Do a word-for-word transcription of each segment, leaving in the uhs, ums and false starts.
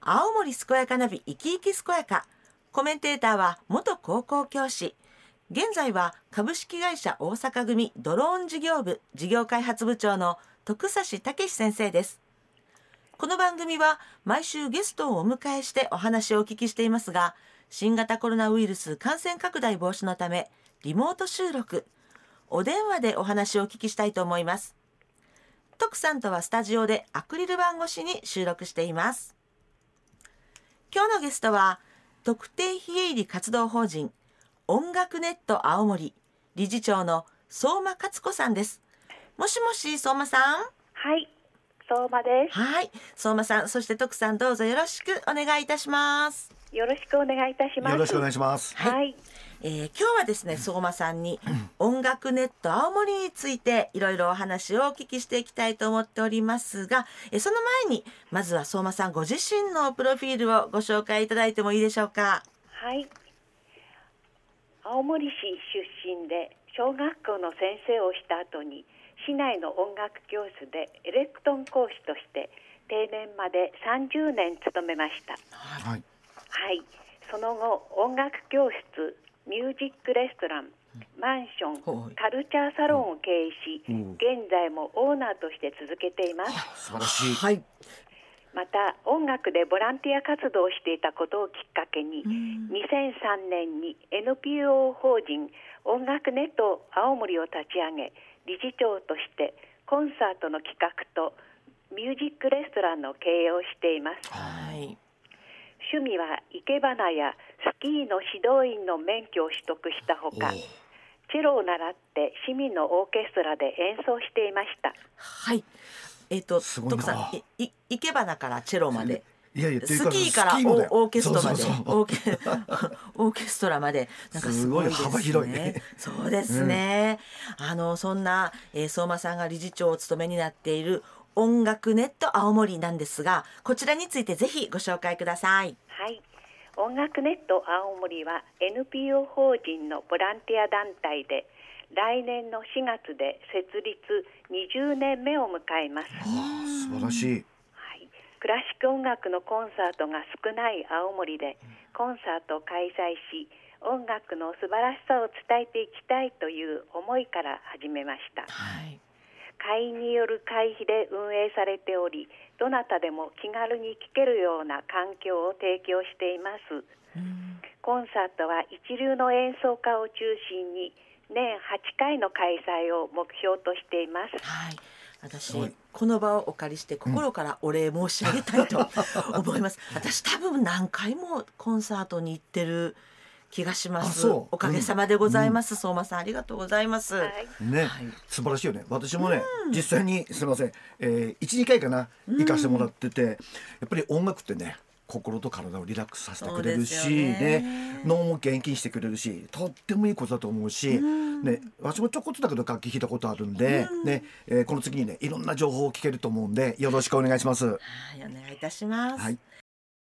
青森健やかナビ生き生き健やか。コメンテーターは元高校教師、現在は株式会社大阪組ドローン事業部事業開発部長の徳指武先生です。この番組は毎週ゲストをお迎えしてお話をお聞きしていますが、新型コロナウイルス感染拡大防止のためリモート収録、お電話でお話をお聞きしたいと思います。徳さんとはスタジオでアクリル板越しに収録しています。今日のゲストは特定非営利活動法人音楽ネット青森理事長の相馬勝子さんです。もしもし、相馬さん。 はい、相馬です。 はい、相馬さん、そして徳さん、どうぞよろしくお願いいたします。 よろしくお願いいたします。 よろしくお願いします。 はい、はい、えー、今日はですね、相馬さんに音楽ネット青森についていろいろお話をお聞きしていきたいと思っておりますが、えー、その前にまずは相馬さんご自身のプロフィールをご紹介いただいてもいいでしょうか。 はい、青森市出身で小学校の先生をした後に市内の音楽教室でエレクトーン講師として定年までさんじゅうねん勤めました。 はい、 はい、その後音楽教室、ミュージックレストラン、マンション、カルチャーサロンを経営し、現在もオーナーとして続けています。 素晴らしい。 はい、 また音楽でボランティア活動をしていたことをきっかけににせんさんねんに エヌピーオー 法人音楽ネット青森を立ち上げ、理事長としてコンサートの企画とミュージックレストランの経営をしています。 はい、 趣味は生け花やスキーの指導員の免許を取得したほか、チェロを習って市民のオーケストラで演奏していました。 はい、えーと、徳さん、いい生け花からチェロまで、 いやいや、 スキーからオーケストラまで、 そうそうそうオーケオーケストラまで、なんかすごいですね。 すごい幅広いね。 そうですね、うん、あのそんな、えー、相馬さんが理事長をお務めになっている音楽ネット青森なんですが、こちらについてぜひご紹介ください。 はい、音楽ネット青森は エヌピーオー 法人のボランティア団体で、来年のしがつで設立にじゅうねんめを迎えます。 素晴らしい。 はい、クラシック音楽のコンサートが少ない青森でコンサートを開催し、音楽の素晴らしさを伝えていきたいという思いから始めました。 はい、 会員による会費で運営されており、どなたでも気軽に聴けるような環境を提供しています。うん、コンサートは一流の演奏家を中心に年はちかいの開催を目標としています。 はい、私この場をお借りして心からお礼申し上げたいと思います、うん、私多分何回もコンサートに行ってる気がします。おかげさまでございます、うん、相馬さんありがとうございます、はい、 ね、はい、素晴らしいよね。私もね、うん、実際にすみません、えー、いち、にかいかな行かせてもらってて、うん、やっぱり音楽ってね、心と体をリラックスさせてくれるし、ねね、脳も元気にしてくれるし、とってもいいことだと思うし、うんね、私もちょこっとだけど楽器弾いたことあるんで、うんねえー、この次にね、いろんな情報を聞けると思うんで、よろしくお願いします。はい、 お願いいたします、はい、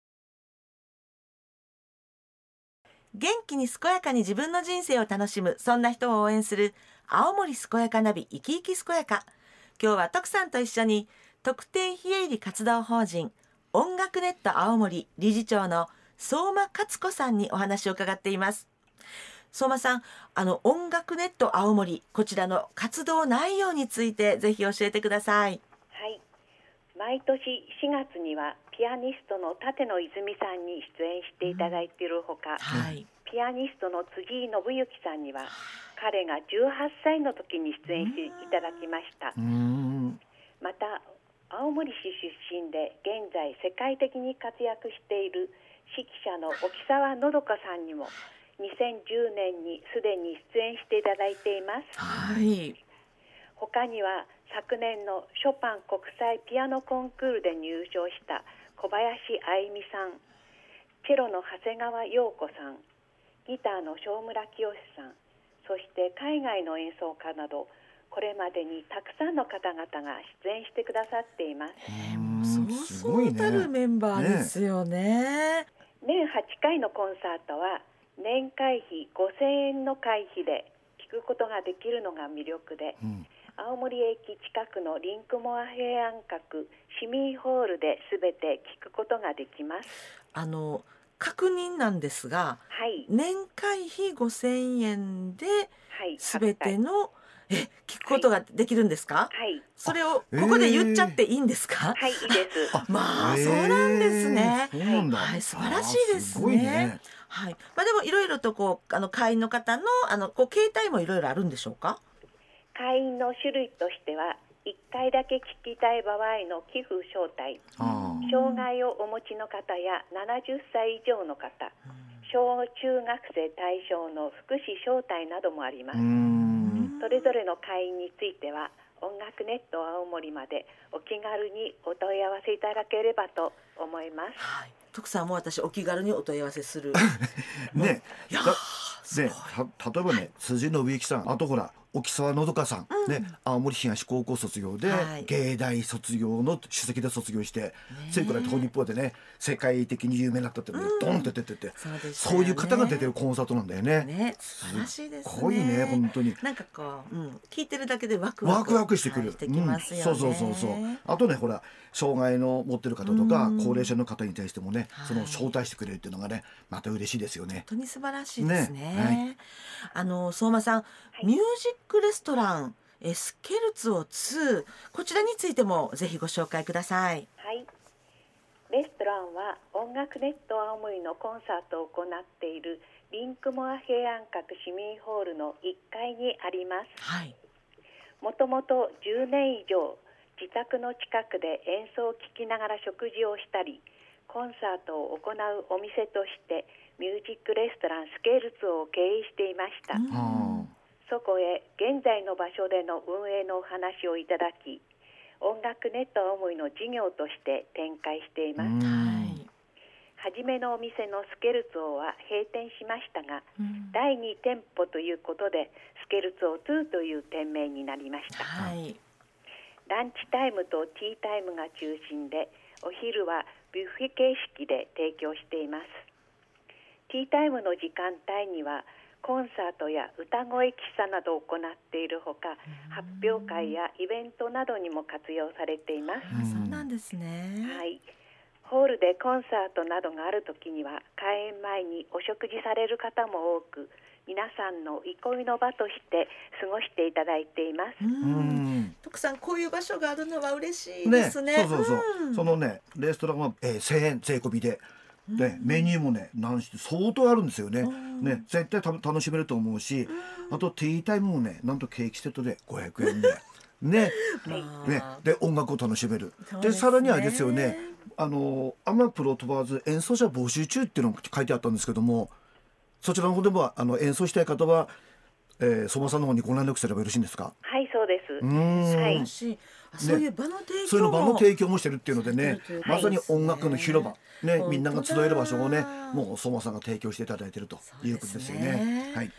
元気に健やかに自分の人生を楽しむ、そんな人を応援する青森健やかナビ生き生き健やか。今日は徳さんと一緒に特定非営利活動法人音楽ネット青森理事長の相馬勝子さんにお話を伺っています。相馬さん、あの音楽ネット青森、こちらの活動内容についてぜひ教えてください。 はい、毎年しがつにはピアニストの立野泉さんに出演していただいているほか、うん、はい、ピアニストの辻井信之さんには彼がじゅうはっさいの時に出演していただきました。うん、また青森市出身で現在世界的に活躍している指揮者の沖澤のどかさんにもにせんじゅうねんにすでに出演していただいています。はい、他には昨年のショパン国際ピアノコンクールで入賞した小林愛美さん、チェロの長谷川陽子さん、ギターの正村清さん、そして海外の演奏家などこれまでにたくさんの方々が出演してくださっています。 えー、もうそうそうたるメンバーですよね。 年はちかいのコンサートは年会費ごせんえんの会費で聴くことができるのが魅力で、うん、 青森駅近くのリンクモア平安閣市民ホールで全て聞くことができます。 あの確認なんですが、 はい、 年会費ごせんえんではい全ての、え聞くことができるんですか？ はい、 それをここで言っちゃっていいんですか？ はい、いいです。 あまあ、 へーそうなんですね。 そうなんだ、 はい、素晴らしいですね。 あーすごいね。 はい、まあでもいろいろとこうあの会員の方のあのこう携帯もいろいろあるんでしょうか？ 会員の種類としてはいっかいだけ聞きたい場合の寄付招待、 あー障害をお持ちの方やななじゅっさい以上の方、小中学生対象の福祉招待などもあります。 うーんそれぞれの会員については音楽ネット青森までお気軽にお問い合わせいただければと思います。 はい、徳さんも私お気軽にお問い合わせするねいやだすごいねた例えばね、辻信之さん、あとほら沖沢のどかさん、 うんね、青森東高校卒業で、 はい芸大卒業の首席で卒業して、それから東日本でね世界的に有名になったってね、 うんドンって出てて、 そうでしたよね。 そういう方が出てるコンサートなんだよね。 ね、素晴らしいですね。 すごいね本当に。 なんかこう、うん、聞いてるだけでワクワクワクワクしてくる、 はいしてきますよね。 うん、そうそうそうそう。あとねほら障害の持ってる方とかうん高齢者の方に対してもね、 はいその招待してくれるっていうのがねまた嬉しいですよね。 本当に素晴らしいですね。 ねはいあの相馬さん、 いミュージックレストランエスケルツォツー、こちらについてもぜひご紹介ください。 はい、レストランは音楽ネット青森のコンサートを行っているリンクモア平安閣市民ホールのいっかいにあります。 はい。 もともとじゅうねん以上自宅の近くで演奏を聴きながら食事をしたりコンサートを行うお店としてミュージックレストランスケルツォを経営していました。 うんはそこへ現在の場所での運営のお話をいただき、音楽ネット青森の事業として展開していあ、 ます。 はいはじめのお店のスケルツォは閉店しましたが、 うんだいに店舗ということでスケルツォツーという店名になりました。 はいランチタイムとティータイムが中心で、お昼はビュッフェ形式で提供しています。ティータイムの時間帯にはコンサートや歌声喫茶などを行っているほか、発表会やイベントなどにも活用されています。 あそうなんですね。 はい、ホールでコンサートなどがあるときには開演前にお食事される方も多く、皆さんの憩いの場として過ごしていただいています。 ううんん徳さん、こういう場所があるのは嬉しいですね。 そうそうそう、 うんそのねレストランは、えー、せんえん税込みで、でメニューもね何種相当あるんですよね。 んね絶対た楽しめると思うし、あとティータイムもねなんとケーキセットでごひゃくえんでねまあねで音楽を楽しめる。でそうですねさらにあれですよね、あのアマプロ問わず演奏者募集中っていうのが書いてあったんですけども、そちらの方でもあの演奏したい方は、えー、相馬さんの方にご連絡すればよろしいんですか？ はい、そうです。 うーん、 はい楽しい。あそういう場の提供も、 そういうの場の提供もしてるっていうのでね、 されてるというまさに音楽の広場、ね、 本当だみんなが集える場所をねもう相馬さんが提供していただいてるとそういうことですよですねね。はい。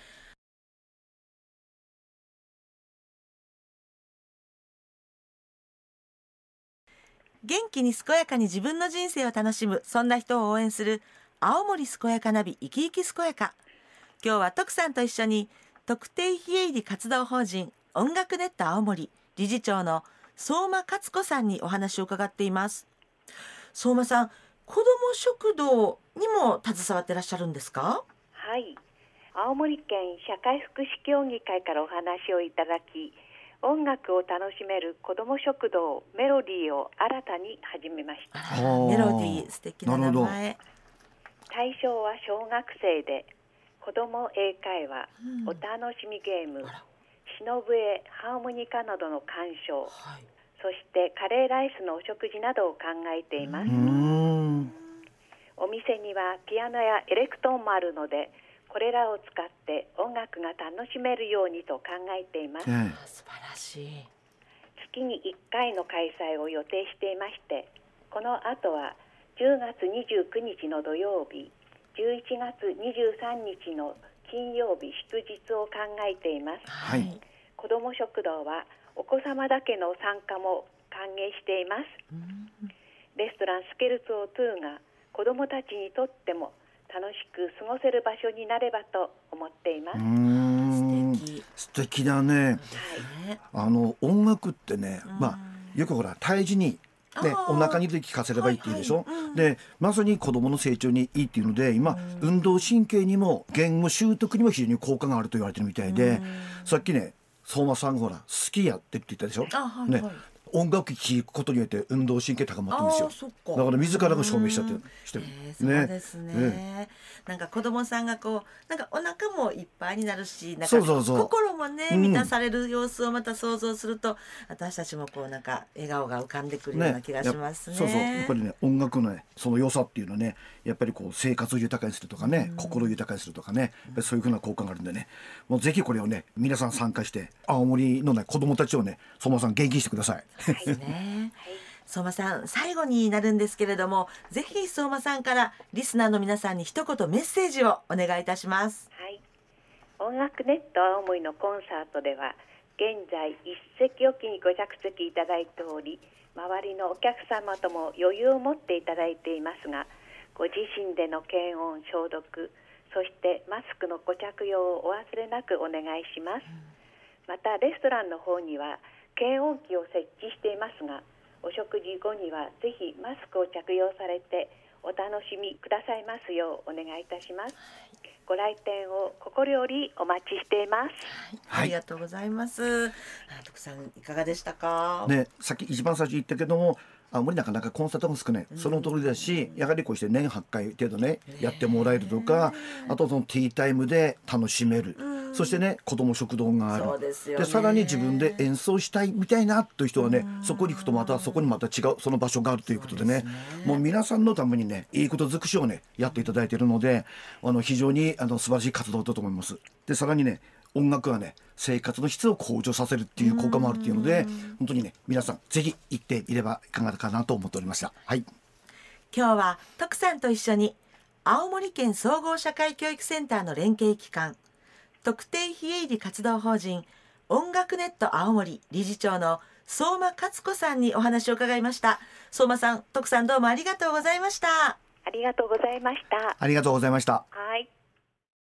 元気に健やかに自分の人生を楽しむ、そんな人を応援する青森健やかナビ生き生き健やか。今日は徳さんと一緒に特定非営利活動法人音楽ネット青森理事長の相馬勝子さんにお話を伺っています。相馬さん、子ども食堂にも携わってらっしゃるんですか？ はい、青森県社会福祉協議会からお話をいただき、音楽を楽しめる子ども食堂メロディーを新たに始めました。 あらメロディー素敵な名な前。 対象は小学生で、子ども英会話、 うんお楽しみゲーム、 あら篠笛、ハーモニカなどの鑑賞、 はいそしてカレーライスのお食事などを考えています。 うーん。 お店にはピアノやエレクトーンもあるので、これらを使って音楽が楽しめるようにと考えています。 えあ素晴らしい。 月にいっかいの開催を予定していまして、この後はじゅうがつにじゅうくにちの土曜日、じゅういちがつにじゅうさんにちの金曜日祝日を考えています。 はい子ども食堂はお子様だけの参加も歓迎しています。 うんレストランスケルツォツーが子どもたちにとっても楽しく過ごせる場所になればと思っています。 うーん。 敵、 素敵だね、はい、あの音楽ってね、まあよくほら胎児にね、お腹に入れて聞かせればいいって言うでしょ、はいはいうん、でまさに子どもの成長にいいっていうので今、うん、運動神経にも言語習得にも非常に効果があると言われてるみたいで、うん、さっきね相馬さんがほらスキーやってって言ったでしょ、はいはいね、音楽聴くことによって運動神経高まってるんですよ。だから自らが証明しちゃってしてる、 えー、そうですね、ねなんか子供さんがこうなんかお腹もいっぱいになるしなんかそうそうそう心もね満たされる様子をまた想像すると、うん、私たちもこうなんか笑顔が浮かんでくるような気がしますね。 そうそうやっぱりね音楽のねその良さっていうのはねやっぱりこう生活を豊かにするとかね、うん、心を豊かにするとかねやっぱりそういうふうな効果があるんでねもうぜひこれをね皆さん参加して青森のね子供たちをね相馬さん元気にしてください。 はいね相馬さん最後になるんですけれどもぜひ相馬さんからリスナーの皆さんに一言メッセージをお願いいたします。 はい、音楽ネット青森のコンサートでは現在一席おきにご着席いただいており周りのお客様とも余裕を持っていただいていますがご自身での検温消毒そしてマスクのご着用をお忘れなくお願いします、うん、またレストランの方には検温器を設置していますがお食事後にはぜひマスクを着用されてお楽しみくださいますようお願いいたします、はい、ご来店を心よりお待ちしています、 はい、ありがとうございます。徳さんいかがでしたか、 ね、さっき一番最初言ったけども青森なかなかコンサートが少ない、うん、その通りだしやはりこうして年はちかい程度ねやってもらえるとかあとそのティータイムで楽しめる、うん、そしてね子ども食堂があるそうですよね、 でさらに自分で演奏したいみたいなという人はね、うん、そこに行くとまたそこにまた違うその場所があるということで ね, でねもう皆さんのためにねいいこと尽くしをねやっていただいているのであの非常にあの素晴らしい活動だと思います。でさらにね音楽はね生活の質を向上させるっていう効果もあるっていうので本当にね皆さんぜひ行ってみればいかがかなと思っておりました、はい、 今日は徳さんと一緒に青森県総合社会教育センターの連携機関特定非営利活動法人音楽ネット青森理事長の相馬勝子さんにお話を伺いました。相馬さん徳さんどうもありがとうございました。 ありがとうございました。 ありがとうございました。 はい。